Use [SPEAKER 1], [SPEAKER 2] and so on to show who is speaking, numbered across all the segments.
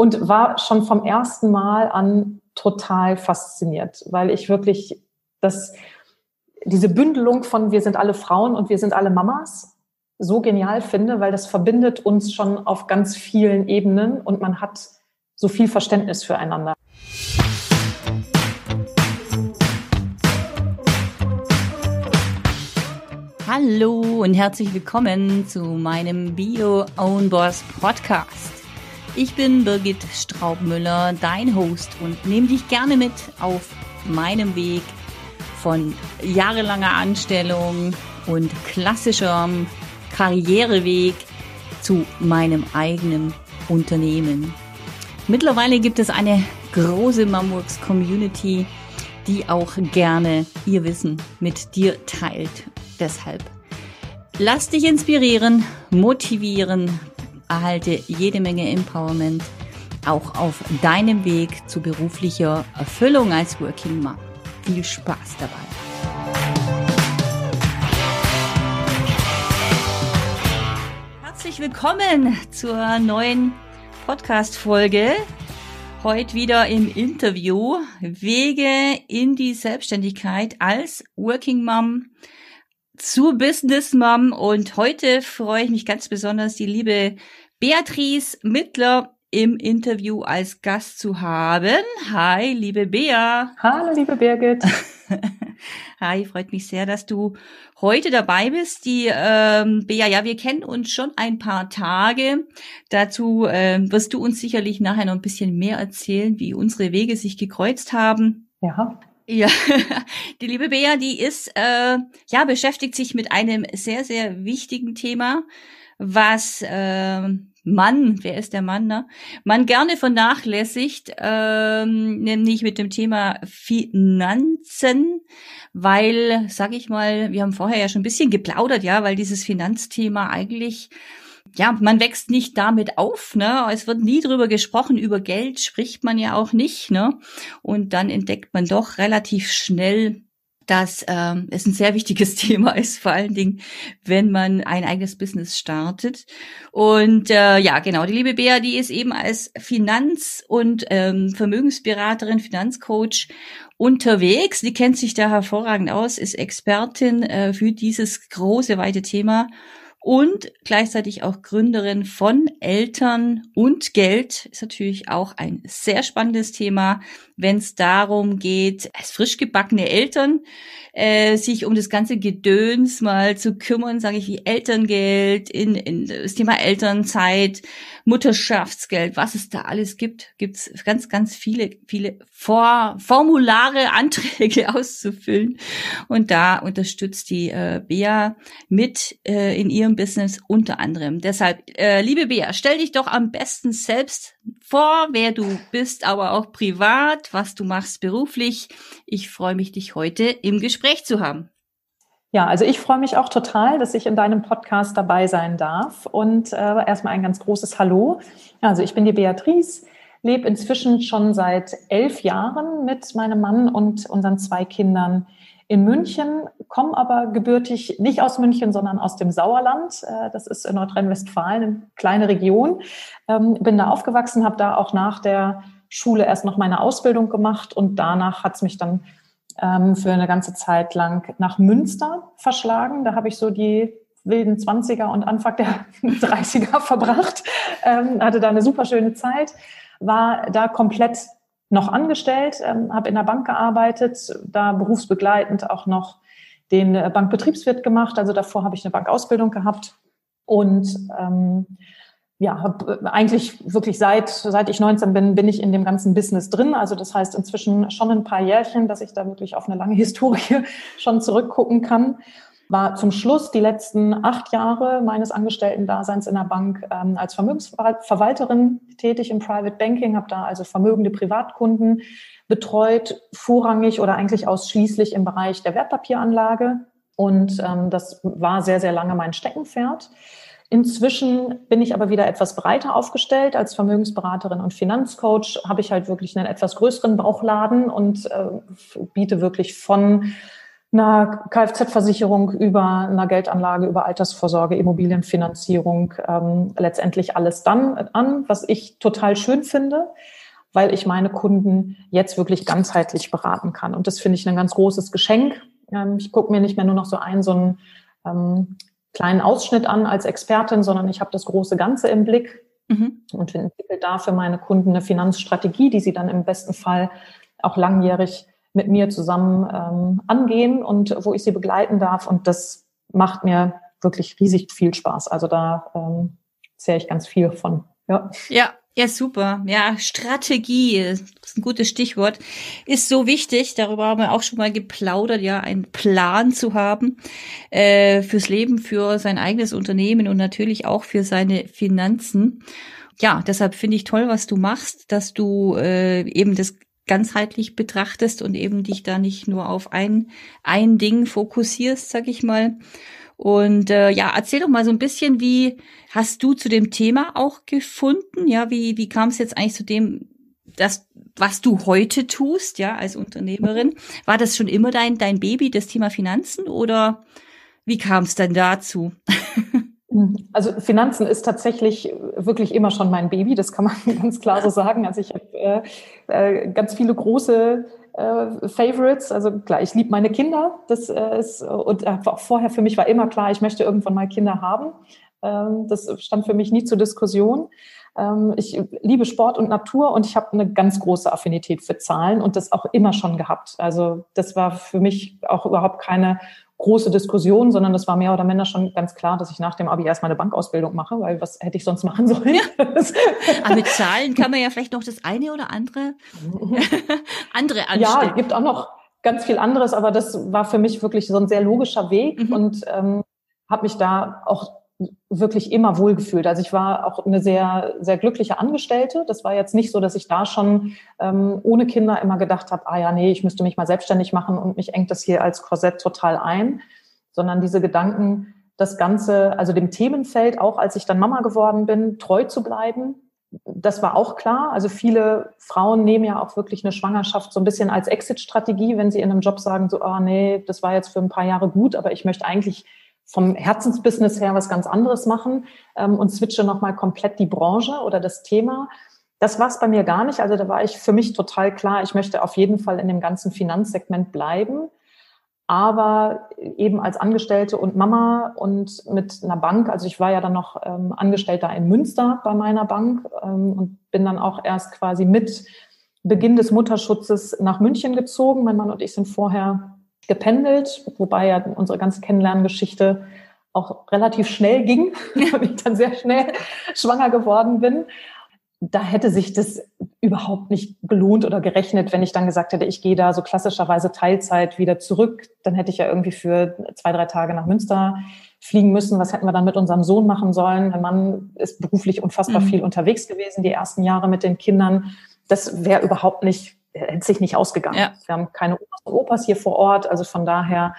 [SPEAKER 1] und war schon vom ersten Mal an total fasziniert, weil ich wirklich diese Bündelung von wir sind alle Frauen und wir sind alle Mamas so genial finde, weil das verbindet uns schon auf ganz vielen Ebenen und man hat so viel Verständnis füreinander.
[SPEAKER 2] Hallo und herzlich willkommen zu meinem Bio Own Boss Podcast. Ich bin Birgit Straubmüller, dein Host, und nehme dich gerne mit auf meinem Weg von jahrelanger Anstellung und klassischem Karriereweg zu meinem eigenen Unternehmen. Mittlerweile gibt es eine große Mamworks-Community, die auch gerne ihr Wissen mit dir teilt. Deshalb lass dich inspirieren, motivieren, erhalte jede Menge Empowerment, auch auf deinem Weg zu beruflicher Erfüllung als Working Mom. Viel Spaß dabei. Herzlich willkommen zur neuen Podcast-Folge. Heute wieder im Interview Wege in die Selbstständigkeit als Working Mom zur Business Mom, und heute freue ich mich ganz besonders, die liebe Beatrice Mittler im Interview als Gast zu haben. Hi, liebe Bea.
[SPEAKER 1] Hallo, liebe Birgit.
[SPEAKER 2] Hi, freut mich sehr, dass du heute dabei bist. Die Bea, ja, wir kennen uns schon ein paar Tage. Dazu wirst du uns sicherlich nachher noch ein bisschen mehr erzählen, wie unsere Wege sich gekreuzt haben. Ja, die liebe Bea, die ist beschäftigt sich mit einem sehr, sehr wichtigen Thema, was wer ist der Mann, ne? Man gerne vernachlässigt, nämlich mit dem Thema Finanzen, weil, sag ich mal, wir haben vorher ja schon ein bisschen geplaudert, ja, weil dieses Finanzthema eigentlich, ja, man wächst nicht damit auf, ne? Es wird nie drüber gesprochen, über Geld spricht man ja auch nicht, ne? Und dann entdeckt man doch relativ schnell, dass es ein sehr wichtiges Thema ist, vor allen Dingen, wenn man ein eigenes Business startet. Und genau, die liebe Bea, die ist eben als Finanz- und Vermögensberaterin, Finanzcoach unterwegs. Die kennt sich da hervorragend aus, ist Expertin für dieses große, weite Thema und gleichzeitig auch Gründerin von Eltern und Geld. Ist natürlich auch ein sehr spannendes Thema, wenn es darum geht, als frisch gebackene Eltern sich um das ganze Gedöns mal zu kümmern, sage ich, wie Elterngeld, in das Thema Elternzeit, Mutterschaftsgeld, was es da alles gibt. Gibt's ganz, ganz viele Formulare, Anträge auszufüllen. Und da unterstützt die Bea mit in ihrem Business unter anderem. Deshalb, liebe Bea, stell dich doch am besten selbst vor, wer du bist, aber auch privat, was du machst beruflich. Ich freue mich, dich heute im Gespräch zu haben.
[SPEAKER 1] Ja, also ich freue mich auch total, dass ich in deinem Podcast dabei sein darf. Und erstmal ein ganz großes Hallo. Also ich bin die Beatrice, lebe inzwischen schon seit 11 Jahren mit meinem Mann und unseren 2 Kindern in München, komme aber gebürtig nicht aus München, sondern aus dem Sauerland. Das ist in Nordrhein-Westfalen, eine kleine Region. Bin da aufgewachsen, habe da auch nach der Schule erst noch meine Ausbildung gemacht und danach hat es mich dann für eine ganze Zeit lang nach Münster verschlagen. Da habe ich so die wilden 20er und Anfang der 30er verbracht, hatte da eine super schöne Zeit, war da komplett noch angestellt, habe in der Bank gearbeitet, da berufsbegleitend auch noch den Bankbetriebswirt gemacht. Also davor habe ich eine Bankausbildung gehabt und habe eigentlich wirklich seit ich 19 bin ich in dem ganzen Business drin. Also das heißt inzwischen schon ein paar Jährchen, dass ich da wirklich auf eine lange Historie schon zurückgucken kann. War zum Schluss die letzten 8 Jahre meines Angestellten-Daseins in der Bank als Vermögensverwalterin tätig im Private Banking, habe da also vermögende Privatkunden betreut, vorrangig oder eigentlich ausschließlich im Bereich der Wertpapieranlage. Und das war sehr, sehr lange mein Steckenpferd. Inzwischen bin ich aber wieder etwas breiter aufgestellt. Als Vermögensberaterin und Finanzcoach habe ich halt wirklich einen etwas größeren Bauchladen und biete wirklich von einer Kfz-Versicherung über einer Geldanlage, über Altersvorsorge, Immobilienfinanzierung, letztendlich alles dann an, was ich total schön finde, weil ich meine Kunden jetzt wirklich ganzheitlich beraten kann. Und das finde ich ein ganz großes Geschenk. Ich gucke mir nicht mehr nur noch so einen kleinen Ausschnitt an als Expertin, sondern ich habe das große Ganze im Blick und entwickle da für meine Kunden eine Finanzstrategie, die sie dann im besten Fall auch langjährig mit mir zusammen angehen und wo ich sie begleiten darf. Und das macht mir wirklich riesig viel Spaß. Also da zähle ich ganz viel von.
[SPEAKER 2] Ja, super. Ja, Strategie, das ist ein gutes Stichwort, ist so wichtig. Darüber haben wir auch schon mal geplaudert, ja, einen Plan zu haben fürs Leben, für sein eigenes Unternehmen und natürlich auch für seine Finanzen. Ja, deshalb finde ich toll, was du machst, dass du eben das ganzheitlich betrachtest und eben dich da nicht nur auf ein Ding fokussierst, sag ich mal. Und erzähl doch mal so ein bisschen, wie hast du zu dem Thema auch gefunden? Ja, wie kam es jetzt eigentlich zu dem, was du heute tust, ja, als Unternehmerin? War das schon immer dein Baby, das Thema Finanzen, oder wie kam es denn dazu?
[SPEAKER 1] Also Finanzen ist tatsächlich wirklich immer schon mein Baby, das kann man ganz klar so sagen. Also ich habe ganz viele große Favorites. Also klar, ich liebe meine Kinder. Das ist und auch vorher für mich war immer klar, ich möchte irgendwann mal Kinder haben. Das stand für mich nie zur Diskussion. Ich liebe Sport und Natur und ich habe eine ganz große Affinität für Zahlen und das auch immer schon gehabt. Also das war für mich auch überhaupt keine große Diskussion, sondern das war mehr oder minder schon ganz klar, dass ich nach dem Abi erstmal eine Bankausbildung mache, weil was hätte ich sonst machen sollen? Ja.
[SPEAKER 2] Aber mit Zahlen kann man ja vielleicht noch das eine oder andere anstellen.
[SPEAKER 1] Ja, es gibt auch noch ganz viel anderes, aber das war für mich wirklich so ein sehr logischer Weg und habe mich da auch wirklich immer wohlgefühlt. Also ich war auch eine sehr, sehr glückliche Angestellte. Das war jetzt nicht so, dass ich da schon ohne Kinder immer gedacht habe, ich müsste mich mal selbstständig machen und mich engt das hier als Korsett total ein, sondern diese Gedanken, das Ganze, also dem Themenfeld, auch als ich dann Mama geworden bin, treu zu bleiben, das war auch klar. Also viele Frauen nehmen ja auch wirklich eine Schwangerschaft so ein bisschen als Exit-Strategie, wenn sie in einem Job sagen, so, das war jetzt für ein paar Jahre gut, aber ich möchte eigentlich vom Herzensbusiness her was ganz anderes machen und switche nochmal komplett die Branche oder das Thema. Das war es bei mir gar nicht. Also da war ich für mich total klar, ich möchte auf jeden Fall in dem ganzen Finanzsegment bleiben, aber eben als Angestellte und Mama und mit einer Bank. Also ich war ja dann noch Angestellter in Münster bei meiner Bank und bin dann auch erst quasi mit Beginn des Mutterschutzes nach München gezogen. Mein Mann und ich sind vorher gependelt, wobei ja unsere ganze Kennenlerngeschichte auch relativ schnell ging und ich dann sehr schnell schwanger geworden bin. Da hätte sich das überhaupt nicht gelohnt oder gerechnet, wenn ich dann gesagt hätte, ich gehe da so klassischerweise Teilzeit wieder zurück. Dann hätte ich ja irgendwie für 2-3 Tage nach Münster fliegen müssen. Was hätten wir dann mit unserem Sohn machen sollen? Mein Mann ist beruflich unfassbar viel unterwegs gewesen, die ersten Jahre mit den Kindern. Das wäre überhaupt nicht, hätte sich nicht ausgegangen. Ja. Wir haben keine Omas und Opas hier vor Ort. Also von daher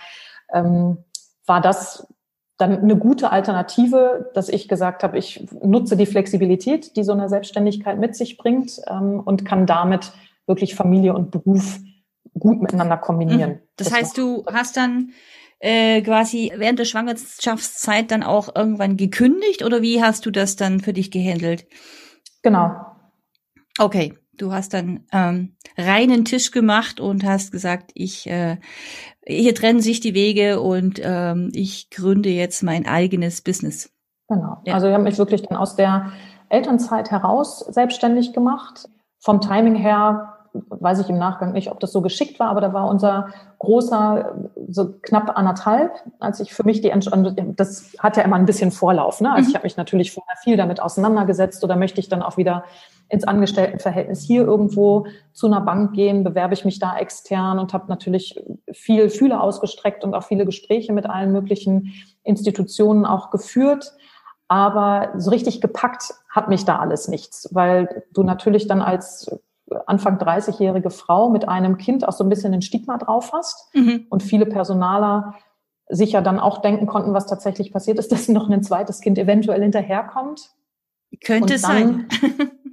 [SPEAKER 1] war das dann eine gute Alternative, dass ich gesagt habe, ich nutze die Flexibilität, die so eine Selbstständigkeit mit sich bringt und kann damit wirklich Familie und Beruf gut miteinander kombinieren.
[SPEAKER 2] Das heißt, du hast dann quasi während der Schwangerschaftszeit dann auch irgendwann gekündigt oder wie hast du das dann für dich gehandelt?
[SPEAKER 1] Genau.
[SPEAKER 2] Okay. Du hast dann reinen Tisch gemacht und hast gesagt, hier trennen sich die Wege und ich gründe jetzt mein eigenes Business.
[SPEAKER 1] Genau. Ja. Also ich habe mich wirklich dann aus der Elternzeit heraus selbstständig gemacht. Vom Timing her weiß ich im Nachgang nicht, ob das so geschickt war, aber da war unser großer so knapp 1,5, als ich für mich das hat ja immer ein bisschen Vorlauf, ne? Also ich habe mich natürlich vorher viel damit auseinandergesetzt oder möchte ich dann auch wieder ins Angestelltenverhältnis hier irgendwo zu einer Bank gehen, bewerbe ich mich da extern und habe natürlich viel Fühler ausgestreckt und auch viele Gespräche mit allen möglichen Institutionen auch geführt. Aber so richtig gepackt hat mich da alles nichts, weil du natürlich dann als Anfang 30-jährige Frau mit einem Kind auch so ein bisschen ein Stigma drauf hast und viele Personaler sich ja dann auch denken konnten, was tatsächlich passiert ist, dass noch ein zweites Kind eventuell hinterherkommt.
[SPEAKER 2] Könnte sein.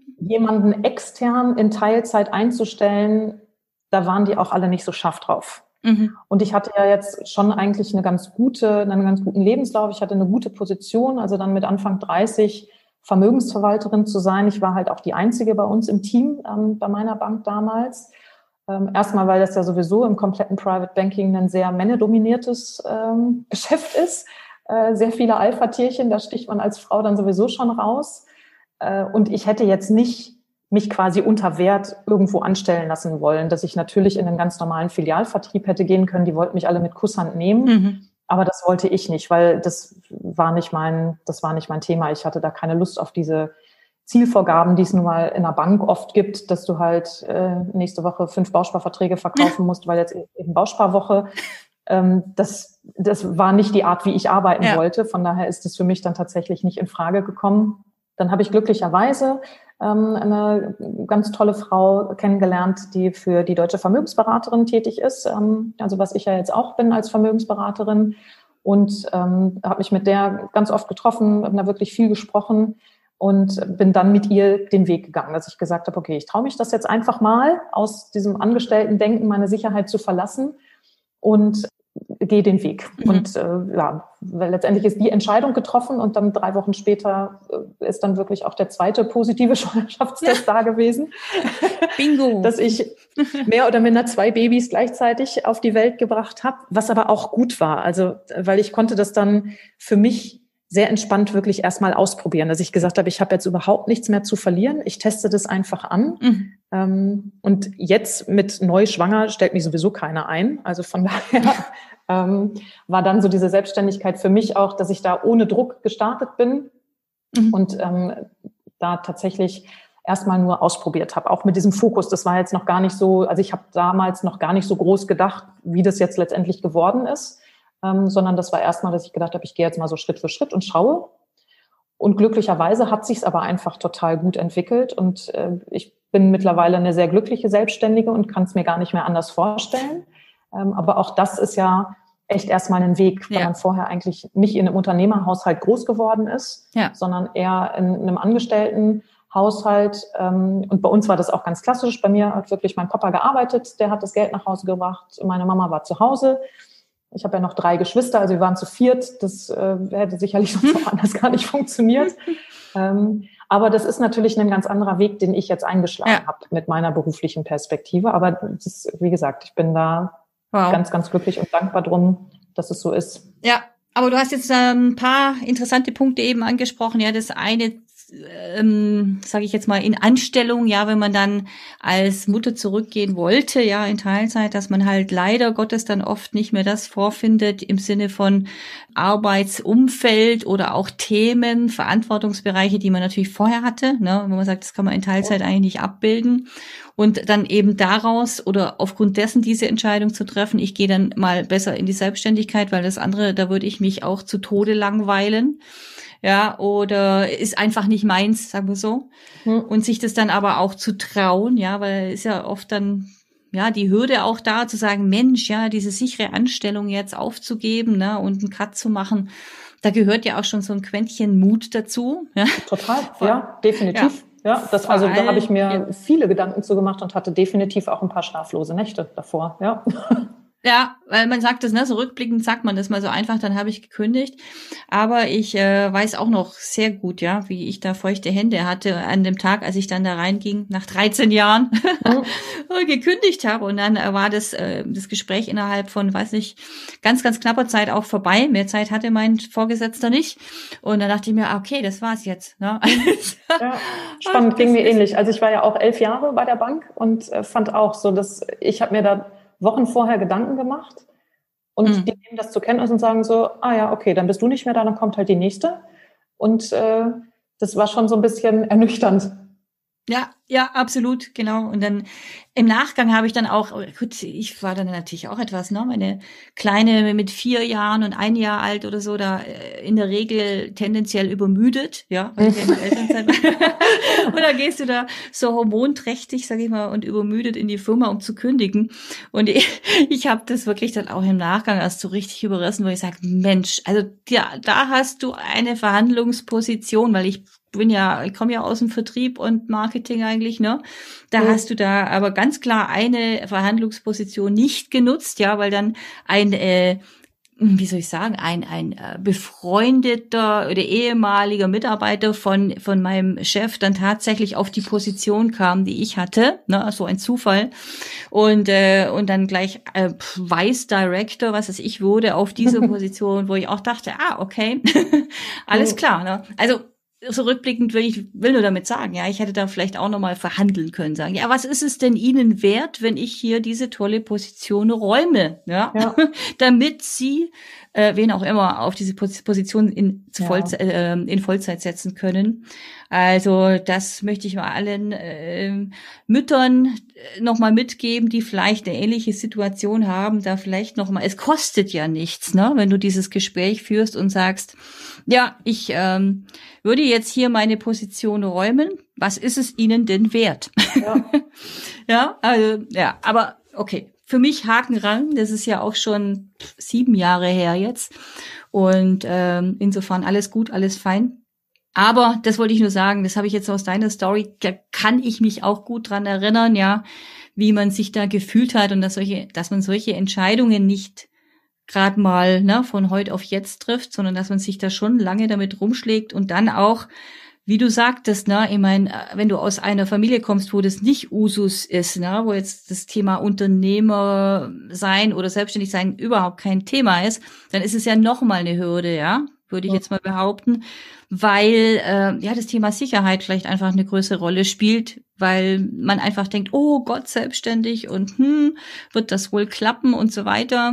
[SPEAKER 1] Jemanden extern in Teilzeit einzustellen, da waren die auch alle nicht so scharf drauf. Und ich hatte ja jetzt schon eigentlich einen ganz guten Lebenslauf. Ich hatte eine gute Position, also dann mit Anfang 30 Vermögensverwalterin zu sein. Ich war halt auch die Einzige bei uns im Team, bei meiner Bank damals. Erstmal, weil das ja sowieso im kompletten Private Banking ein sehr männerdominiertes Geschäft ist. Sehr viele Alpha-Tierchen, da sticht man als Frau dann sowieso schon raus. Und ich hätte jetzt nicht mich quasi unter Wert irgendwo anstellen lassen wollen, dass ich natürlich in einen ganz normalen Filialvertrieb hätte gehen können. Die wollten mich alle mit Kusshand nehmen. Aber das wollte ich nicht, weil das war nicht mein Thema. Ich hatte da keine Lust auf diese Zielvorgaben, die es nun mal in der Bank oft gibt, dass du halt nächste Woche 5 Bausparverträge verkaufen musst, weil jetzt eben Bausparwoche. Das war nicht die Art, wie ich arbeiten wollte. Von daher ist es für mich dann tatsächlich nicht in Frage gekommen. Dann habe ich glücklicherweise eine ganz tolle Frau kennengelernt, die für die Deutsche Vermögensberaterin tätig ist, also was ich ja jetzt auch bin als Vermögensberaterin, und habe mich mit der ganz oft getroffen, habe da wirklich viel gesprochen und bin dann mit ihr den Weg gegangen, dass ich gesagt habe, okay, ich traue mich das jetzt einfach mal, aus diesem Angestellten-Denken meine Sicherheit zu verlassen und gehe den Weg. Und weil letztendlich ist die Entscheidung getroffen und dann 3 Wochen später ist dann wirklich auch der zweite positive Schwangerschaftstest da gewesen.
[SPEAKER 2] Bingo!
[SPEAKER 1] Dass ich mehr oder minder 2 Babys gleichzeitig auf die Welt gebracht habe, was aber auch gut war. Also, weil ich konnte das dann für mich sehr entspannt wirklich erstmal ausprobieren, dass ich gesagt habe, ich habe jetzt überhaupt nichts mehr zu verlieren. Ich teste das einfach an. Und jetzt mit neu schwanger stellt mich sowieso keiner ein. Also von daher war dann so diese Selbstständigkeit für mich auch, dass ich da ohne Druck gestartet bin und da tatsächlich erstmal nur ausprobiert habe, auch mit diesem Fokus. Das war jetzt noch gar nicht so, also ich habe damals noch gar nicht so groß gedacht, wie das jetzt letztendlich geworden ist. Sondern das war erstmal, dass ich gedacht habe, ich gehe jetzt mal so Schritt für Schritt und schaue. Und glücklicherweise hat sich's aber einfach total gut entwickelt. Und ich bin mittlerweile eine sehr glückliche Selbstständige und kann es mir gar nicht mehr anders vorstellen. Aber auch das ist ja echt erstmal ein Weg, weil man vorher eigentlich nicht in einem Unternehmerhaushalt groß geworden ist, sondern eher in einem Angestelltenhaushalt. Und bei uns war das auch ganz klassisch. Bei mir hat wirklich mein Papa gearbeitet, der hat das Geld nach Hause gebracht. Meine Mama war zu Hause. Ich habe ja noch 3 Geschwister, also wir waren zu 4. Das hätte sicherlich sonst auch anders gar nicht funktioniert. Aber das ist natürlich ein ganz anderer Weg, den ich jetzt eingeschlagen habe mit meiner beruflichen Perspektive. Aber das ist, wie gesagt, ich bin da ganz, ganz glücklich und dankbar drum, dass es so ist.
[SPEAKER 2] Ja, aber du hast jetzt ein paar interessante Punkte eben angesprochen. Ja, das eine, sage ich jetzt mal, in Anstellung, ja, wenn man dann als Mutter zurückgehen wollte, ja, in Teilzeit, dass man halt leider Gottes dann oft nicht mehr das vorfindet im Sinne von Arbeitsumfeld oder auch Themen, Verantwortungsbereiche, die man natürlich vorher hatte, ne, wenn man sagt, das kann man in Teilzeit eigentlich nicht abbilden, und dann eben daraus oder aufgrund dessen diese Entscheidung zu treffen, ich gehe dann mal besser in die Selbstständigkeit, weil das andere, da würde ich mich auch zu Tode langweilen. Ja, oder ist einfach nicht meins, sagen wir so. Und sich das dann aber auch zu trauen, ja, weil ist ja oft dann, ja, die Hürde auch da, zu sagen, Mensch, ja, diese sichere Anstellung jetzt aufzugeben, ne, und einen Cut zu machen, da gehört ja auch schon so ein Quäntchen Mut dazu. Ja.
[SPEAKER 1] Total, ja, definitiv. Ja, da habe ich mir viele Gedanken zu gemacht und hatte definitiv auch ein paar schlaflose Nächte davor, ja.
[SPEAKER 2] Ja, weil man sagt das, ne, so rückblickend sagt man das mal so einfach, dann habe ich gekündigt. Aber ich weiß auch noch sehr gut, ja, wie ich da feuchte Hände hatte an dem Tag, als ich dann da reinging, nach 13 Jahren und gekündigt habe. Und dann war das Gespräch innerhalb von, weiß nicht, ganz, ganz knapper Zeit auch vorbei. Mehr Zeit hatte mein Vorgesetzter nicht. Und dann dachte ich mir, okay, das war's jetzt. Ne?
[SPEAKER 1] Ja, spannend, ging mir ähnlich. Also ich war ja auch 11 Jahre bei der Bank und fand auch so, dass ich habe mir da Wochen vorher Gedanken gemacht und die nehmen das zur Kenntnis und sagen so, ja, okay, dann bist du nicht mehr da, dann kommt halt die nächste. Und das war schon so ein bisschen ernüchternd.
[SPEAKER 2] Ja, absolut, genau. Und dann im Nachgang habe ich dann auch, gut, ich war dann natürlich auch etwas, ne, meine Kleine mit 4 Jahren und 1 Jahr alt oder so, da in der Regel tendenziell übermüdet, ja, weil ich ja in der Elternzeit war. Und dann gehst du da so hormonträchtig, sag ich mal, und übermüdet in die Firma, um zu kündigen. Und ich habe das wirklich dann auch im Nachgang erst so richtig überrissen, wo ich sage, Mensch, also ja, da hast du eine Verhandlungsposition, weil ich ich komme ja aus dem Vertrieb und Marketing eigentlich, ne? Da hast du da aber ganz klar eine Verhandlungsposition nicht genutzt, ja, weil dann wie soll ich sagen, ein befreundeter oder ehemaliger Mitarbeiter von meinem Chef dann tatsächlich auf die Position kam, die ich hatte, ne, so ein Zufall, und dann gleich Vice Director, was weiß ich, wurde auf diese Position, wo ich auch dachte, okay, alles klar, ne? Also so rückblickend will nur damit sagen, ja, ich hätte da vielleicht auch nochmal verhandeln können, sagen, ja, was ist es denn Ihnen wert, wenn ich hier diese tolle Position räume, ja. Damit Sie, wen auch immer, auf diese Position in Vollzeit setzen können. Also das möchte ich mal allen Müttern nochmal mitgeben, die vielleicht eine ähnliche Situation haben, da vielleicht nochmal, es kostet ja nichts, ne, wenn du dieses Gespräch führst und sagst, ja, ich würde jetzt hier meine Position räumen. Was ist es Ihnen denn wert? Ja, aber okay. Für mich Haken ran. Das ist ja auch schon 7 Jahre her jetzt. Und insofern alles gut, alles fein. Aber das wollte ich nur sagen, das habe ich jetzt aus deiner Story, da kann ich mich auch gut dran erinnern, ja, wie man sich da gefühlt hat und dass man solche Entscheidungen nicht gerade mal von heute auf jetzt trifft, sondern dass man sich da schon lange damit rumschlägt und dann auch, wie du sagtest, ich meine, wenn du aus einer Familie kommst, wo das nicht Usus ist, wo jetzt das Thema Unternehmer sein oder selbstständig sein überhaupt kein Thema ist, dann ist es ja nochmal eine Hürde, ja, würde ich jetzt mal behaupten, weil das Thema Sicherheit vielleicht einfach eine größere Rolle spielt, weil man einfach denkt, oh Gott, selbstständig und wird das wohl klappen und so weiter.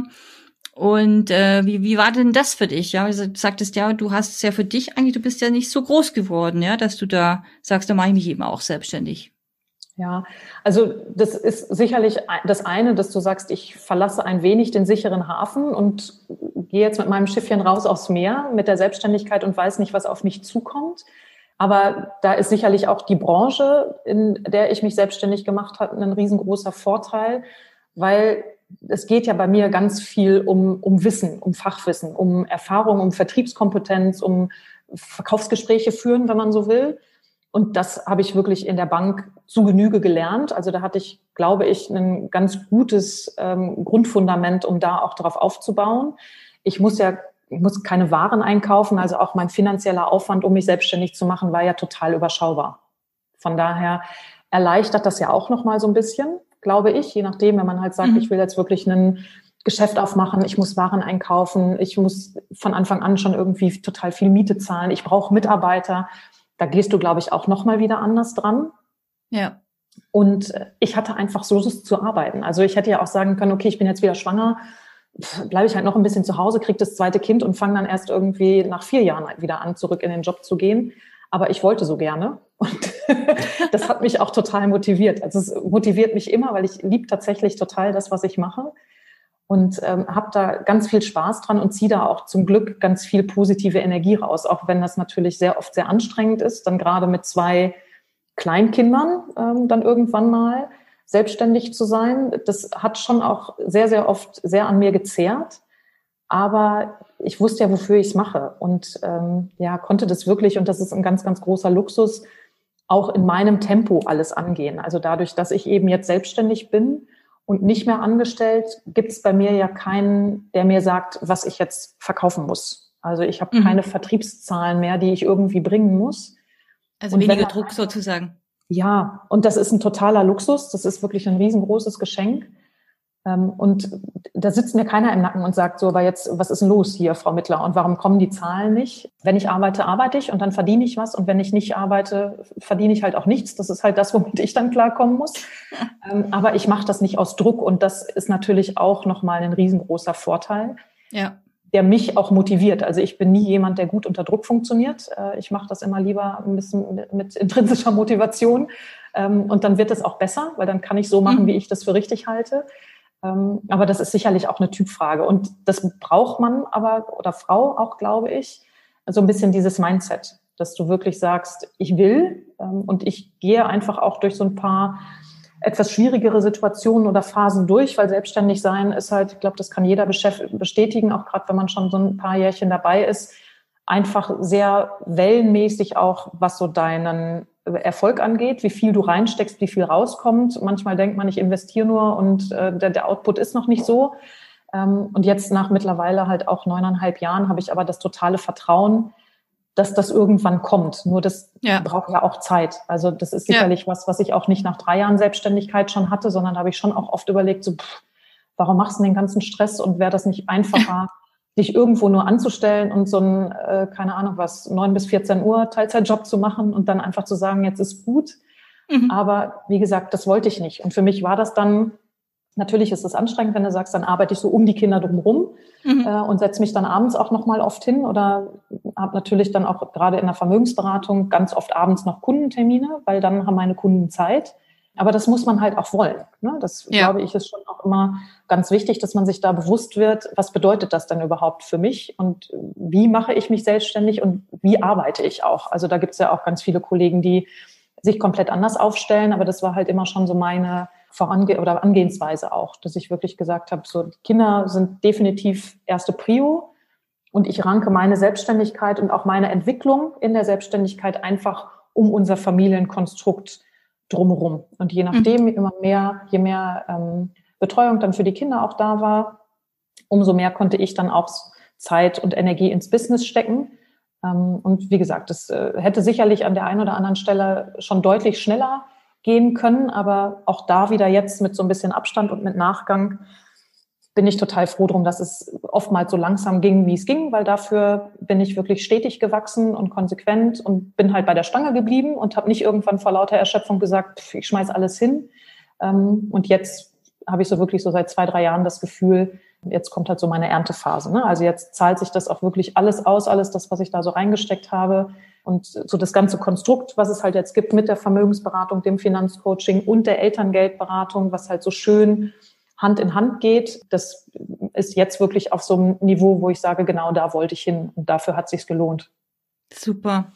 [SPEAKER 2] Und wie war denn das für dich? Ja, also, du sagtest ja, du hast es ja für dich eigentlich, du bist ja nicht so groß geworden, ja, dass du da sagst, da mache ich mich eben auch selbstständig.
[SPEAKER 1] Ja, also das ist sicherlich das eine, dass du sagst, ich verlasse ein wenig den sicheren Hafen und gehe jetzt mit meinem Schiffchen raus aufs Meer mit der Selbstständigkeit und weiß nicht, was auf mich zukommt. Aber da ist sicherlich auch die Branche, in der ich mich selbstständig gemacht habe, ein riesengroßer Vorteil, weil es geht ja bei mir ganz viel um Wissen, um Fachwissen, um Erfahrung, um Vertriebskompetenz, um Verkaufsgespräche führen, wenn man so will. Und das habe ich wirklich in der Bank zu Genüge gelernt. Also da hatte ich, glaube ich, ein ganz gutes Grundfundament, um da auch drauf aufzubauen. Ich muss keine Waren einkaufen, also auch mein finanzieller Aufwand, um mich selbstständig zu machen, war ja total überschaubar. Von daher erleichtert das ja auch nochmal so ein bisschen, glaube ich, je nachdem, wenn man halt sagt, ich will jetzt wirklich ein Geschäft aufmachen, ich muss Waren einkaufen, ich muss von Anfang an schon irgendwie total viel Miete zahlen, ich brauche Mitarbeiter. Da gehst du, glaube ich, auch nochmal wieder anders dran.
[SPEAKER 2] Ja.
[SPEAKER 1] Und ich hatte einfach so Lust zu arbeiten. Also ich hätte ja auch sagen können, okay, ich bin jetzt wieder schwanger, bleibe ich halt noch ein bisschen zu Hause, kriege das 2. Kind und fange dann erst irgendwie nach 4 Jahren wieder an, zurück in den Job zu gehen. Aber ich wollte so gerne. Und das hat mich auch total motiviert. Also es motiviert mich immer, weil ich liebe tatsächlich total das, was ich mache. Und habe da ganz viel Spaß dran und ziehe da auch zum Glück ganz viel positive Energie raus, auch wenn das natürlich sehr oft sehr anstrengend ist, dann gerade mit 2 Kleinkindern dann irgendwann mal selbstständig zu sein. Das hat schon auch sehr, sehr oft sehr an mir gezehrt, aber ich wusste ja, wofür ich es mache und konnte das wirklich, und das ist ein ganz, ganz großer Luxus, auch in meinem Tempo alles angehen. Also dadurch, dass ich eben jetzt selbstständig bin und nicht mehr angestellt, gibt es bei mir ja keinen, der mir sagt, was ich jetzt verkaufen muss. Also ich habe keine Vertriebszahlen mehr, die ich irgendwie bringen muss.
[SPEAKER 2] Also weniger Druck sozusagen.
[SPEAKER 1] Ja, und das ist ein totaler Luxus. Das ist wirklich ein riesengroßes Geschenk. Und da sitzt mir keiner im Nacken und sagt so, aber jetzt, was ist denn los hier, Frau Mittler? Und warum kommen die Zahlen nicht? Wenn ich arbeite, arbeite ich und dann verdiene ich was. Und wenn ich nicht arbeite, verdiene ich halt auch nichts. Das ist halt das, womit ich dann klarkommen muss. Aber ich mache das nicht aus Druck. Und das ist natürlich auch nochmal ein riesengroßer Vorteil, der mich auch motiviert. Also ich bin nie jemand, der gut unter Druck funktioniert. Ich mache das immer lieber ein bisschen mit intrinsischer Motivation. Und dann wird es auch besser, weil dann kann ich so machen, wie ich das für richtig halte. Aber das ist sicherlich auch eine Typfrage. Und das braucht man aber, oder Frau auch, glaube ich, so ein bisschen dieses Mindset, dass du wirklich sagst, ich will und ich gehe einfach auch durch so ein paar etwas schwierigere Situationen oder Phasen durch, weil selbstständig sein ist halt, ich glaube, das kann jeder bestätigen, auch gerade wenn man schon so ein paar Jährchen dabei ist, einfach sehr wellenmäßig auch, was so deinen Erfolg angeht, wie viel du reinsteckst, wie viel rauskommt. Manchmal denkt man, ich investiere nur und der Output ist noch nicht so. Und jetzt nach mittlerweile halt auch 9,5 Jahren habe ich aber das totale Vertrauen, dass das irgendwann kommt. Nur das braucht ja auch Zeit. Also das ist sicherlich was ich auch nicht nach 3 Jahren Selbstständigkeit schon hatte, sondern da habe ich schon auch oft überlegt, so, warum machst du den ganzen Stress und wäre das nicht einfacher, dich irgendwo nur anzustellen und so ein, keine Ahnung was, 9 bis 14 Uhr Teilzeitjob zu machen und dann einfach zu sagen, jetzt ist gut. Aber wie gesagt, das wollte ich nicht. Und für mich war das dann, natürlich ist es anstrengend, wenn du sagst, dann arbeite ich so um die Kinder drumherum und setze mich dann abends auch noch mal oft hin oder habe natürlich dann auch gerade in der Vermögensberatung ganz oft abends noch Kundentermine, weil dann haben meine Kunden Zeit. Aber das muss man halt auch wollen. Ne? Das, glaube ich, ist schon auch immer ganz wichtig, dass man sich da bewusst wird, was bedeutet das denn überhaupt für mich und wie mache ich mich selbstständig und wie arbeite ich auch. Also da gibt es ja auch ganz viele Kollegen, die sich komplett anders aufstellen, aber das war halt immer schon so meine Angehensweise auch, dass ich wirklich gesagt habe, so die Kinder sind definitiv erste Prio und ich ranke meine Selbstständigkeit und auch meine Entwicklung in der Selbstständigkeit einfach um unser Familienkonstrukt drumherum. Und je nachdem, je mehr Betreuung dann für die Kinder auch da war, umso mehr konnte ich dann auch Zeit und Energie ins Business stecken. Und wie gesagt, das hätte sicherlich an der einen oder anderen Stelle schon deutlich schneller gehen können, aber auch da wieder jetzt mit so ein bisschen Abstand und mit Nachgang bin ich total froh drum, dass es oftmals so langsam ging, wie es ging, weil dafür bin ich wirklich stetig gewachsen und konsequent und bin halt bei der Stange geblieben und habe nicht irgendwann vor lauter Erschöpfung gesagt, ich schmeiß alles hin. Und jetzt habe ich so wirklich so seit 2, 3 Jahren das Gefühl, jetzt kommt halt so meine Erntephase. Ne? Also jetzt zahlt sich das auch wirklich alles aus, alles das, was ich da so reingesteckt habe. Und so das ganze Konstrukt, was es halt jetzt gibt mit der Vermögensberatung, dem Finanzcoaching und der Elterngeldberatung, was halt so schön Hand in Hand geht, das ist jetzt wirklich auf so einem Niveau, wo ich sage, genau da wollte ich hin und dafür hat es sich gelohnt.
[SPEAKER 2] Super.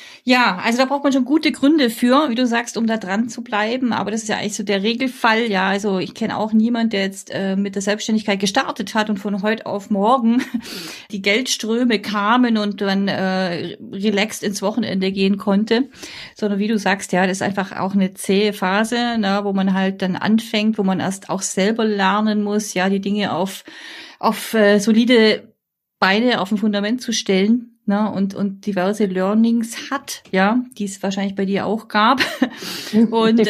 [SPEAKER 2] Ja, also da braucht man schon gute Gründe für, wie du sagst, um da dran zu bleiben. Aber das ist ja eigentlich so der Regelfall. Ja, also ich kenne auch niemanden, der jetzt mit der Selbstständigkeit gestartet hat und von heute auf morgen die Geldströme kamen und dann relaxed ins Wochenende gehen konnte. Sondern wie du sagst, ja, das ist einfach auch eine zähe Phase, ne, wo man halt dann anfängt, wo man erst auch selber lernen muss, ja, die Dinge auf solide Beine, auf ein Fundament zu stellen. Ne, und diverse Learnings hat, ja, die es wahrscheinlich bei dir auch gab. Und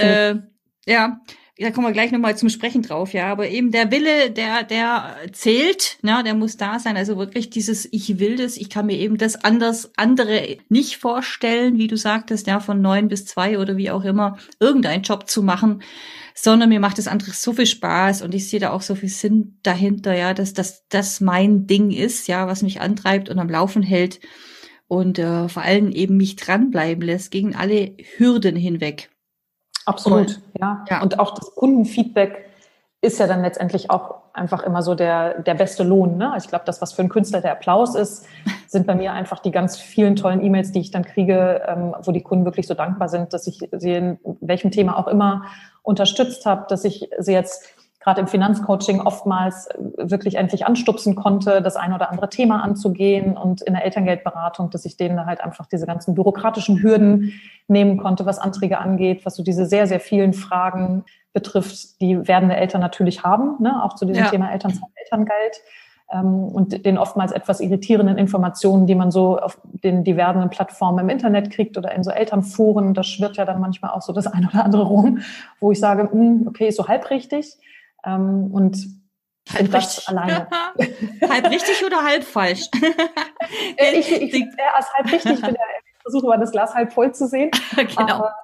[SPEAKER 2] da kommen wir gleich nochmal zum Sprechen drauf, ja. Aber eben der Wille, der zählt, ne, der muss da sein. Also wirklich dieses Ich will das, ich kann mir eben das andere nicht vorstellen, wie du sagtest, ja, von 9 bis 2 oder wie auch immer, irgendeinen Job zu machen, sondern mir macht das andere so viel Spaß und ich sehe da auch so viel Sinn dahinter, ja, dass das mein Ding ist, ja, was mich antreibt und am Laufen hält und vor allem eben mich dranbleiben lässt gegen alle Hürden hinweg.
[SPEAKER 1] Absolut, ja. Und auch das Kundenfeedback ist ja dann letztendlich auch einfach immer so der beste Lohn. Ne? Ich glaube, das, was für einen Künstler der Applaus ist, sind bei mir einfach die ganz vielen tollen E-Mails, die ich dann kriege, wo die Kunden wirklich so dankbar sind, dass ich sie in welchem Thema auch immer unterstützt habe, dass ich sie jetzt gerade im Finanzcoaching oftmals wirklich endlich anstupsen konnte, das ein oder andere Thema anzugehen und in der Elterngeldberatung, dass ich denen halt einfach diese ganzen bürokratischen Hürden nehmen konnte, was Anträge angeht, was so diese sehr, sehr vielen Fragen betrifft, die werdende Eltern natürlich haben, ne? Auch zu diesem Thema Elternzeit, Elterngeld und den oftmals etwas irritierenden Informationen, die man so auf den diversen Plattformen im Internet kriegt oder in so Elternforen. Das schwirrt ja dann manchmal auch so das eine oder andere rum, wo ich sage, okay, ist so halb richtig. Und
[SPEAKER 2] halb
[SPEAKER 1] das alleine.
[SPEAKER 2] Halb richtig oder halb falsch?
[SPEAKER 1] Ich sehe eher als halb richtig. Ich versuche mal das Glas halb voll zu sehen.
[SPEAKER 2] Genau.
[SPEAKER 1] Aber,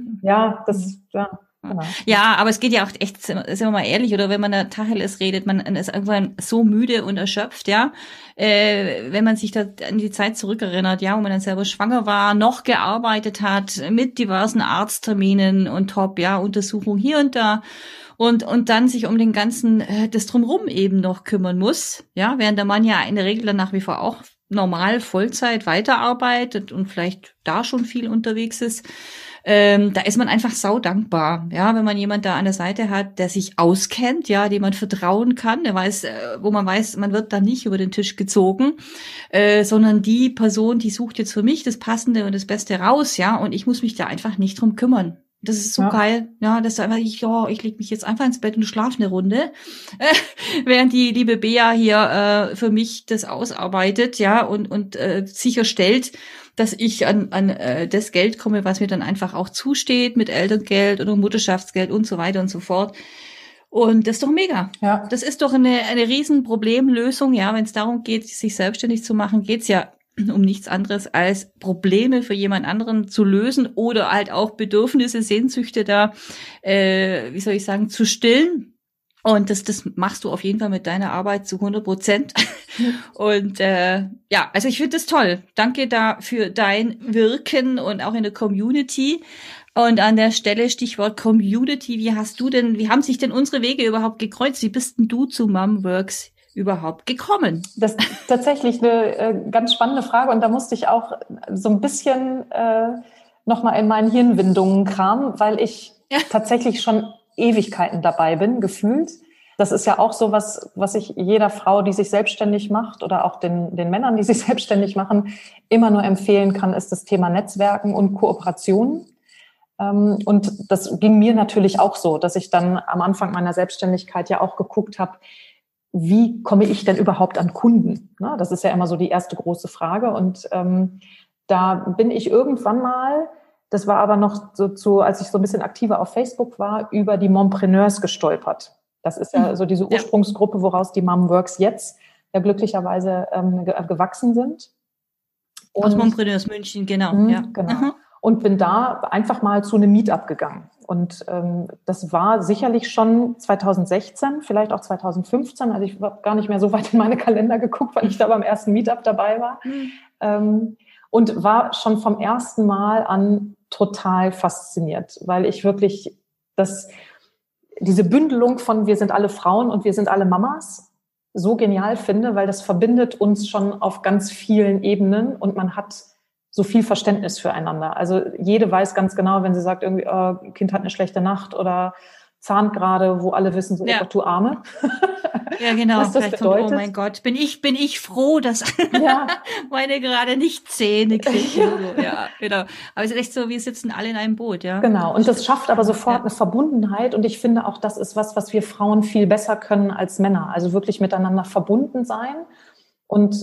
[SPEAKER 1] genau.
[SPEAKER 2] Ja, aber es geht ja auch echt, sind wir mal ehrlich, oder wenn man da Tacheles redet, man ist irgendwann so müde und erschöpft, ja, wenn man sich da an die Zeit zurückerinnert, ja, wo man dann selber schwanger war, noch gearbeitet hat, mit diversen Arztterminen und Untersuchungen hier und da und dann sich um den ganzen, das Drumherum eben noch kümmern muss, ja, während der Mann ja in der Regel dann nach wie vor auch normal Vollzeit weiterarbeitet und vielleicht da schon viel unterwegs ist. da ist man einfach sau dankbar, ja, wenn man jemand da an der Seite hat, der sich auskennt, ja, dem man vertrauen kann, der weiß, wo man weiß, man wird da nicht über den Tisch gezogen, sondern die Person, die sucht jetzt für mich das Passende und das Beste raus, ja, und ich muss mich da einfach nicht drum kümmern. Das ist so geil, ja, dass einfach ich leg mich jetzt einfach ins Bett und schlafe eine Runde, während die liebe Bea hier für mich das ausarbeitet, ja, und sicherstellt, dass ich an das Geld komme, was mir dann einfach auch zusteht mit Elterngeld oder Mutterschaftsgeld und so weiter und so fort. Und das ist doch mega. Ja. Das ist doch eine riesen Problemlösung, ja, wenn es darum geht, sich selbstständig zu machen, geht's ja um nichts anderes als Probleme für jemand anderen zu lösen oder halt auch Bedürfnisse, Sehnsüchte da, zu stillen. Und das machst du auf jeden Fall mit deiner Arbeit zu 100%. Und also ich finde das toll. Danke da für dein Wirken und auch in der Community. Und an der Stelle Stichwort Community, wie haben sich denn unsere Wege überhaupt gekreuzt? Wie bist denn du zu Momworks überhaupt gekommen?
[SPEAKER 1] Das ist tatsächlich eine ganz spannende Frage und da musste ich auch so ein bisschen nochmal in meinen Hirnwindungen kramen, weil ich tatsächlich schon Ewigkeiten dabei bin, gefühlt. Das ist ja auch so was ich jeder Frau, die sich selbstständig macht oder auch den Männern, die sich selbstständig machen, immer nur empfehlen kann, ist das Thema Netzwerken und Kooperationen. Und das ging mir natürlich auch so, dass ich dann am Anfang meiner Selbstständigkeit ja auch geguckt habe, wie komme ich denn überhaupt an Kunden? Na, das ist ja immer so die erste große Frage. Und da bin ich irgendwann mal, das war aber noch so, als ich so ein bisschen aktiver auf Facebook war, über die Mompreneurs gestolpert. Das ist ja so diese Ursprungsgruppe, woraus die Momworks jetzt ja glücklicherweise gewachsen sind.
[SPEAKER 2] Und, aus Mompreneurs München, genau.
[SPEAKER 1] Genau. Mhm. Und bin da einfach mal zu einem Meetup gegangen. Und das war sicherlich schon 2016, vielleicht auch 2015. Also ich habe gar nicht mehr so weit in meine Kalender geguckt, weil ich da beim ersten Meetup dabei war. Und war schon vom ersten Mal an total fasziniert, weil ich wirklich diese Bündelung von wir sind alle Frauen und wir sind alle Mamas so genial finde, weil das verbindet uns schon auf ganz vielen Ebenen und man hat so viel Verständnis füreinander. Also jede weiß ganz genau, wenn sie sagt, irgendwie, Kind hat eine schlechte Nacht oder zahnt gerade, wo alle wissen, so, oh Gott, du Arme.
[SPEAKER 2] Ja, genau. Was das bedeutet. Oh mein Gott, bin ich froh, dass meine gerade nicht Zähne kriegt. Ja, genau. Aber es ist echt so, wir sitzen alle in einem Boot, ja.
[SPEAKER 1] Genau. Und das schafft aber sofort eine Verbundenheit. Und ich finde auch, das ist was wir Frauen viel besser können als Männer. Also wirklich miteinander verbunden sein und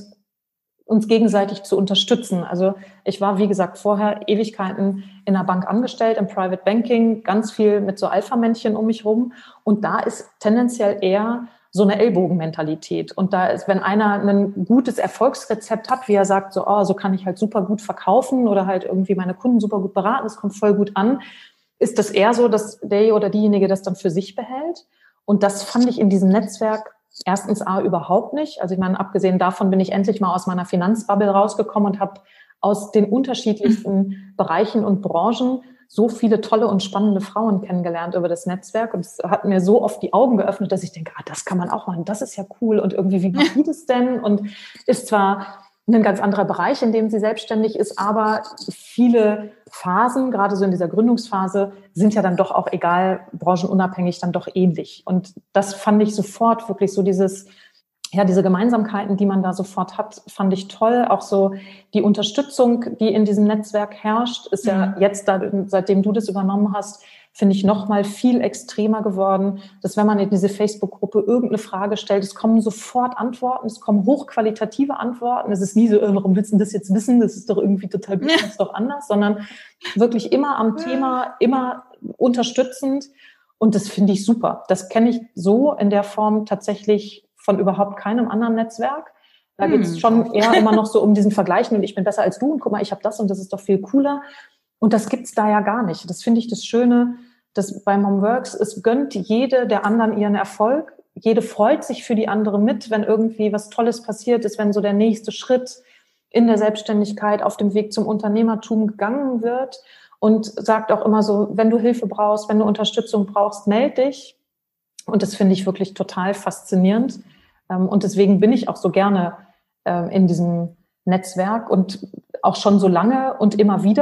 [SPEAKER 1] uns gegenseitig zu unterstützen. Also ich war, wie gesagt, vorher Ewigkeiten in einer Bank angestellt, im Private Banking, ganz viel mit so Alpha-Männchen um mich rum. Und da ist tendenziell eher so eine Ellbogenmentalität. Und da ist, wenn einer ein gutes Erfolgsrezept hat, wie er sagt, so kann ich halt super gut verkaufen oder halt irgendwie meine Kunden super gut beraten, das kommt voll gut an, ist das eher so, dass der oder diejenige das dann für sich behält. Und das fand ich in diesem Netzwerk erstens überhaupt nicht. Also ich meine, abgesehen davon bin ich endlich mal aus meiner Finanzbubble rausgekommen und habe aus den unterschiedlichsten Bereichen und Branchen so viele tolle und spannende Frauen kennengelernt über das Netzwerk. Und es hat mir so oft die Augen geöffnet, dass ich denke, das kann man auch machen, das ist ja cool. Und irgendwie, wie macht die das denn? Und ist zwar ein ganz anderer Bereich, in dem sie selbstständig ist, aber viele Phasen, gerade so in dieser Gründungsphase, sind ja dann doch auch, egal, branchenunabhängig, dann doch ähnlich. Und das fand ich sofort wirklich so diese Gemeinsamkeiten, die man da sofort hat, fand ich toll. Auch so die Unterstützung, die in diesem Netzwerk herrscht, ist ja jetzt, seitdem du das übernommen hast, finde ich noch mal viel extremer geworden, dass wenn man in diese Facebook-Gruppe irgendeine Frage stellt, es kommen sofort Antworten, es kommen hochqualitative Antworten. Es ist nie so, warum willst du das jetzt wissen? Das ist doch irgendwie total gut, das ist doch anders, sondern wirklich immer am Thema, immer unterstützend. Und das finde ich super. Das kenne ich so in der Form tatsächlich von überhaupt keinem anderen Netzwerk. Da geht es schon eher immer noch so um diesen Vergleichen und ich bin besser als du und guck mal, ich habe das und das ist doch viel cooler. Und das gibt's da ja gar nicht. Das finde ich das Schöne, dass bei Momworks, es gönnt jede der anderen ihren Erfolg. Jede freut sich für die andere mit, wenn irgendwie was Tolles passiert ist, wenn so der nächste Schritt in der Selbstständigkeit auf dem Weg zum Unternehmertum gegangen wird und sagt auch immer so, wenn du Hilfe brauchst, wenn du Unterstützung brauchst, meld dich. Und das finde ich wirklich total faszinierend. Und deswegen bin ich auch so gerne in diesem Netzwerk und auch schon so lange und immer wieder.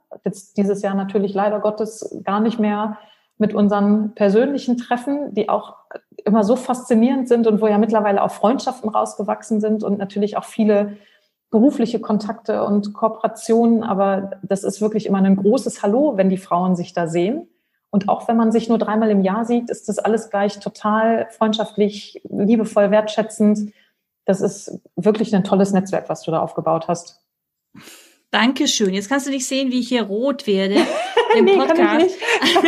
[SPEAKER 1] Jetzt dieses Jahr natürlich leider Gottes gar nicht mehr mit unseren persönlichen Treffen, die auch immer so faszinierend sind und wo ja mittlerweile auch Freundschaften rausgewachsen sind und natürlich auch viele berufliche Kontakte und Kooperationen. Aber das ist wirklich immer ein großes Hallo, wenn die Frauen sich da sehen. Und auch wenn man sich nur 3-mal im Jahr sieht, ist das alles gleich total freundschaftlich, liebevoll, wertschätzend. Das ist wirklich ein tolles Netzwerk, was du da aufgebaut hast.
[SPEAKER 2] Dankeschön. Jetzt kannst du nicht sehen, wie ich hier rot werde im Podcast.
[SPEAKER 1] Kann ich nicht.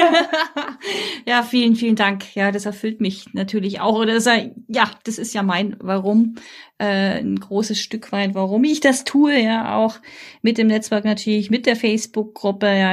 [SPEAKER 2] Ja, vielen, vielen Dank. Ja, das erfüllt mich natürlich auch. Oder das ist ja mein Warum, ein großes Stück weit, warum ich das tue. Ja, auch mit dem Netzwerk natürlich, mit der Facebook-Gruppe, ja,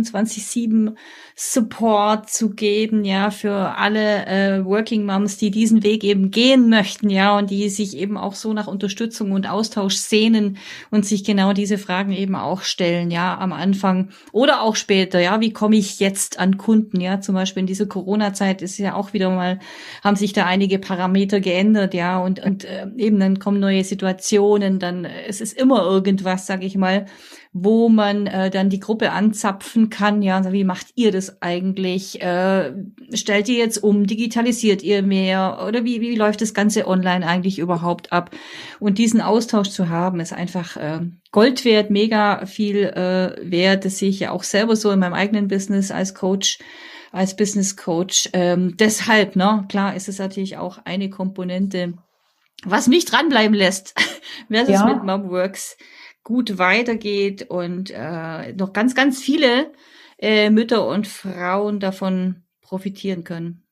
[SPEAKER 2] 24/7 Support zu geben, ja, für alle Working Moms, die diesen Weg eben gehen möchten, ja, und die sich eben auch so nach Unterstützung und Austausch sehnen und sich genau diese Fragen eben auch stellen, ja, am Anfang oder auch später, ja, wie komme ich jetzt an Kunden, ja, zum Beispiel in dieser Corona-Zeit ist ja auch wieder mal, haben sich da einige Parameter geändert, ja, und eben dann kommen neue Situationen, dann es ist immer irgendwas, sage ich mal, wo man dann die Gruppe anzapfen kann, ja, also wie macht ihr das eigentlich? Stellt ihr jetzt um? Digitalisiert ihr mehr? Oder wie läuft das Ganze online eigentlich überhaupt ab? Und diesen Austausch zu haben, ist einfach Gold wert, mega viel wert. Das sehe ich ja auch selber so in meinem eigenen Business als Coach, als Business Coach. Deshalb, ne, klar ist es natürlich auch eine Komponente, was mich dranbleiben lässt, versus mit Momworks gut weitergeht und noch ganz, ganz viele Mütter und Frauen davon profitieren können.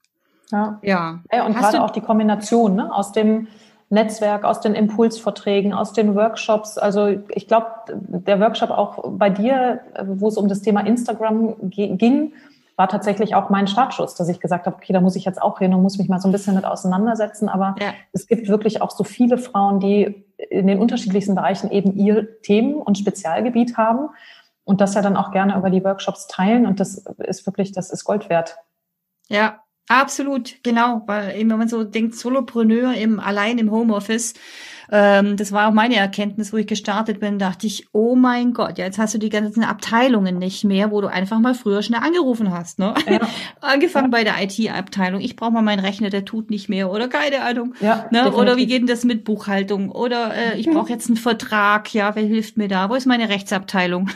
[SPEAKER 1] Ja, und gerade auch die Kombination, ne, aus dem Netzwerk, aus den Impulsvorträgen, aus den Workshops. Also ich glaube, der Workshop auch bei dir, wo es um das Thema Instagram ging, war tatsächlich auch mein Startschuss, dass ich gesagt habe, okay, da muss ich jetzt auch hin und muss mich mal so ein bisschen mit auseinandersetzen. Aber es gibt wirklich auch so viele Frauen, die in den unterschiedlichsten Bereichen eben ihr Themen- und Spezialgebiet haben und das ja dann auch gerne über die Workshops teilen. Und das ist wirklich, das ist Gold wert.
[SPEAKER 2] Ja, absolut, genau. Weil eben, wenn man so denkt, Solopreneur allein im Homeoffice, das war auch meine Erkenntnis, wo ich gestartet bin, dachte ich, oh mein Gott, ja, jetzt hast du die ganzen Abteilungen nicht mehr, wo du einfach mal früher schnell angerufen hast, ne? Ja. Angefangen bei der IT-Abteilung, ich brauche mal meinen Rechner, der tut nicht mehr, oder keine Ahnung, ne? Oder wie geht denn das mit Buchhaltung? Oder ich brauche jetzt einen Vertrag, ja, wer hilft mir da? Wo ist meine Rechtsabteilung?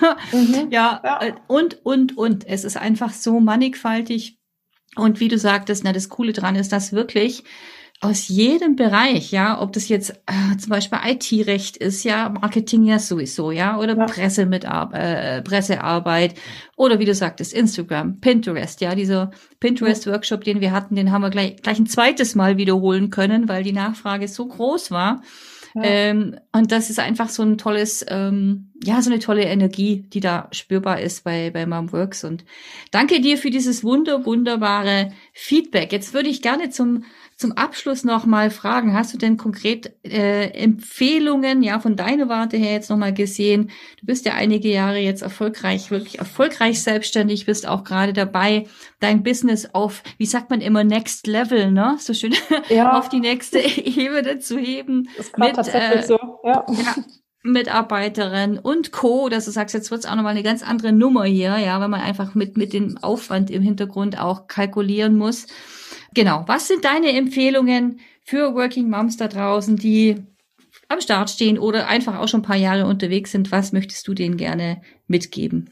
[SPEAKER 2] Und. Es ist einfach so mannigfaltig. Und wie du sagtest, das Coole dran ist, dass wirklich aus jedem Bereich, ja, ob das jetzt zum Beispiel IT-Recht ist, ja, Marketing ja sowieso, ja, oder Pressearbeit oder wie du sagtest, Instagram, Pinterest, ja, dieser Pinterest-Workshop, den wir hatten, den haben wir gleich ein zweites Mal wiederholen können, weil die Nachfrage so groß war. Ja. Und das ist einfach so ein tolles, so eine tolle Energie, die da spürbar ist bei Momworks. Und danke dir für dieses wunderbare Feedback. Jetzt würde ich gerne zum Abschluss noch mal fragen, hast du denn konkret Empfehlungen, ja, von deiner Warte her jetzt noch mal gesehen? Du bist ja einige Jahre jetzt wirklich erfolgreich selbstständig, bist auch gerade dabei, dein Business auf, wie sagt man immer, Next Level, ne? So schön auf die nächste Ebene zu heben.
[SPEAKER 1] Das ist gerade tatsächlich so, ja.
[SPEAKER 2] Mitarbeiterin und Co., dass du sagst, jetzt wird's auch nochmal eine ganz andere Nummer hier, ja, weil man einfach mit dem Aufwand im Hintergrund auch kalkulieren muss. Genau. Was sind deine Empfehlungen für Working Moms da draußen, die am Start stehen oder einfach auch schon ein paar Jahre unterwegs sind? Was möchtest du denen gerne mitgeben?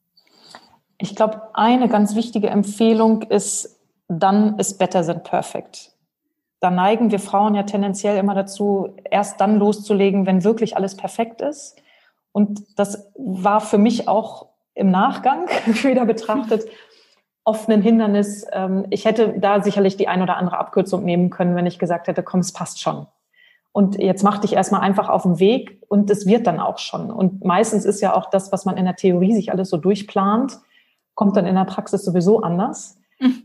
[SPEAKER 1] Ich glaube, eine ganz wichtige Empfehlung ist, done is better than perfect. Da neigen wir Frauen ja tendenziell immer dazu, erst dann loszulegen, wenn wirklich alles perfekt ist. Und das war für mich auch im Nachgang wieder betrachtet oft ein Hindernis. Ich hätte da sicherlich die ein oder andere Abkürzung nehmen können, wenn ich gesagt hätte, komm, es passt schon. Und jetzt mach dich erstmal einfach auf den Weg und es wird dann auch schon. Und meistens ist ja auch das, was man in der Theorie sich alles so durchplant, kommt dann in der Praxis sowieso anders.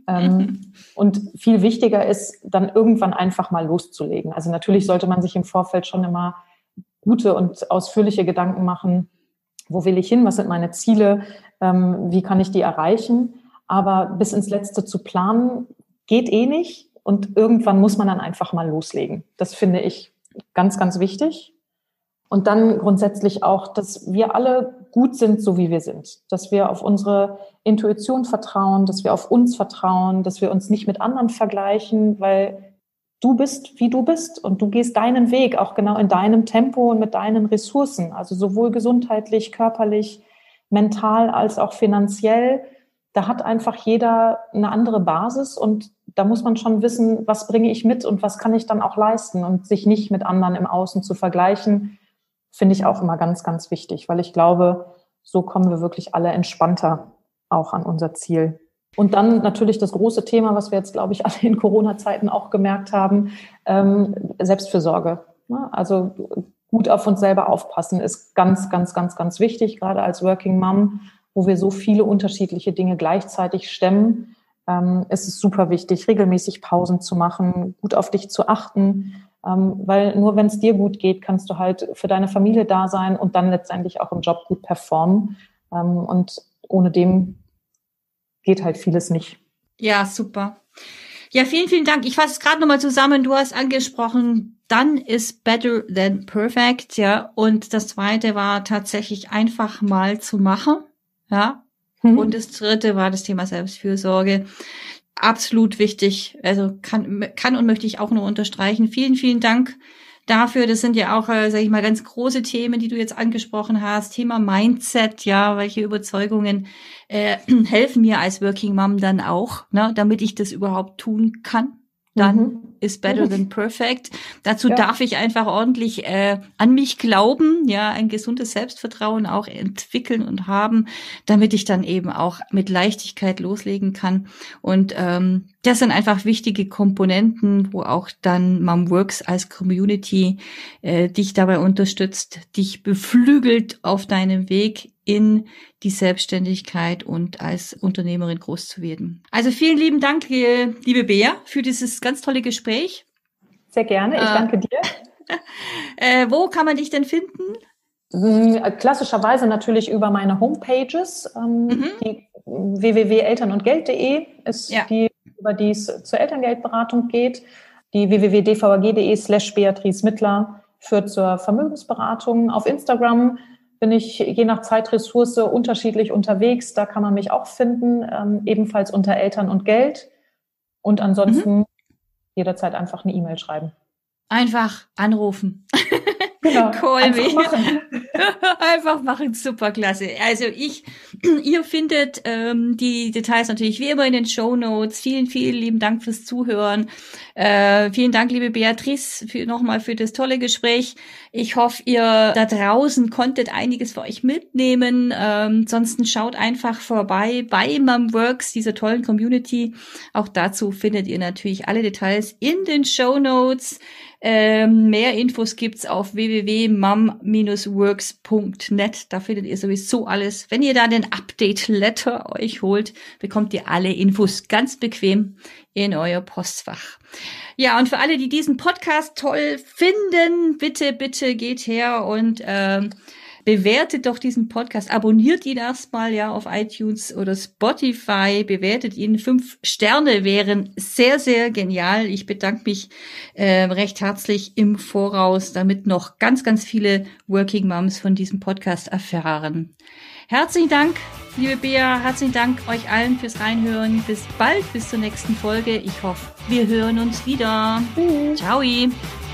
[SPEAKER 1] Und viel wichtiger ist, dann irgendwann einfach mal loszulegen. Also natürlich sollte man sich im Vorfeld schon immer gute und ausführliche Gedanken machen. Wo will ich hin? Was sind meine Ziele? Wie kann ich die erreichen? Aber bis ins Letzte zu planen, geht nicht. Und irgendwann muss man dann einfach mal loslegen. Das finde ich ganz, ganz wichtig. Und dann grundsätzlich auch, dass wir alle gut sind, so wie wir sind. Dass wir auf unsere Intuition vertrauen, dass wir auf uns vertrauen, dass wir uns nicht mit anderen vergleichen, weil du bist, wie du bist und du gehst deinen Weg, auch genau in deinem Tempo und mit deinen Ressourcen, also sowohl gesundheitlich, körperlich, mental als auch finanziell. Da hat einfach jeder eine andere Basis und da muss man schon wissen, was bringe ich mit und was kann ich dann auch leisten und sich nicht mit anderen im Außen zu vergleichen, finde ich auch immer ganz, ganz wichtig, weil ich glaube, so kommen wir wirklich alle entspannter auch an unser Ziel. Und dann natürlich das große Thema, was wir jetzt, glaube ich, alle in Corona-Zeiten auch gemerkt haben, Selbstfürsorge. Also gut auf uns selber aufpassen ist ganz, ganz, ganz, ganz wichtig, gerade als Working Mom, wo wir so viele unterschiedliche Dinge gleichzeitig stemmen. Es ist super wichtig, regelmäßig Pausen zu machen, gut auf dich zu achten, weil nur wenn es dir gut geht, kannst du halt für deine Familie da sein und dann letztendlich auch im Job gut performen. Und ohne dem geht halt vieles nicht.
[SPEAKER 2] Ja, super. Ja, vielen, vielen Dank. Ich fasse es gerade nochmal zusammen. Du hast angesprochen, done is better than perfect, ja. Und das zweite war tatsächlich einfach mal zu machen, ja. Und das dritte war das Thema Selbstfürsorge. Absolut wichtig. Also kann und möchte ich auch nur unterstreichen. Vielen, vielen Dank dafür. Das sind ja auch, sage ich mal, ganz große Themen, die du jetzt angesprochen hast. Thema Mindset, ja, welche Überzeugungen helfen mir als Working Mom dann auch, ne, damit ich das überhaupt tun kann. Dann is better than perfect. Dazu darf ich einfach ordentlich an mich glauben, ja, ein gesundes Selbstvertrauen auch entwickeln und haben, damit ich dann eben auch mit Leichtigkeit loslegen kann. Und das sind einfach wichtige Komponenten, wo auch dann MomWorks als Community dich dabei unterstützt, dich beflügelt auf deinem Weg in die Selbstständigkeit und als Unternehmerin groß zu werden. Also vielen lieben Dank, liebe Bea, für dieses ganz tolle Gespräch.
[SPEAKER 1] Sehr gerne, ich danke dir.
[SPEAKER 2] Wo kann man dich denn finden?
[SPEAKER 1] Klassischerweise natürlich über meine Homepages. Die www.elternundgeld.de ist die, über die es zur Elterngeldberatung geht. Die www.dvag.de/Beatrice Mittler führt zur Vermögensberatung. Auf Instagram bin ich je nach Zeitressource unterschiedlich unterwegs. Da kann man mich auch finden, ebenfalls unter Eltern und Geld. Und ansonsten jederzeit einfach eine E-Mail schreiben.
[SPEAKER 2] Einfach anrufen.
[SPEAKER 1] Genau,
[SPEAKER 2] einfach machen. Einfach machen, super klasse. Also ihr findet die Details natürlich wie immer in den Shownotes. Vielen, vielen lieben Dank fürs Zuhören. Vielen Dank, liebe Beatrice, nochmal für das tolle Gespräch. Ich hoffe, ihr da draußen konntet einiges für euch mitnehmen. Ansonsten schaut einfach vorbei bei MomWorks, dieser tollen Community. Auch dazu findet ihr natürlich alle Details in den Shownotes. Mehr Infos gibt's auf www.mom-works.net. Da findet ihr sowieso alles. Wenn ihr da den Update-Letter euch holt, bekommt ihr alle Infos ganz bequem in euer Postfach. Ja, und für alle, die diesen Podcast toll finden, bitte, bitte geht her und bewertet doch diesen Podcast, abonniert ihn erstmal ja auf iTunes oder Spotify, bewertet ihn. 5 Sterne wären sehr, sehr genial. Ich bedanke mich recht herzlich im Voraus, damit noch ganz, ganz viele Working Moms von diesem Podcast erfahren. Herzlichen Dank, liebe Bea, herzlichen Dank euch allen fürs Reinhören. Bis bald, bis zur nächsten Folge. Ich hoffe, wir hören uns wieder. Ciao.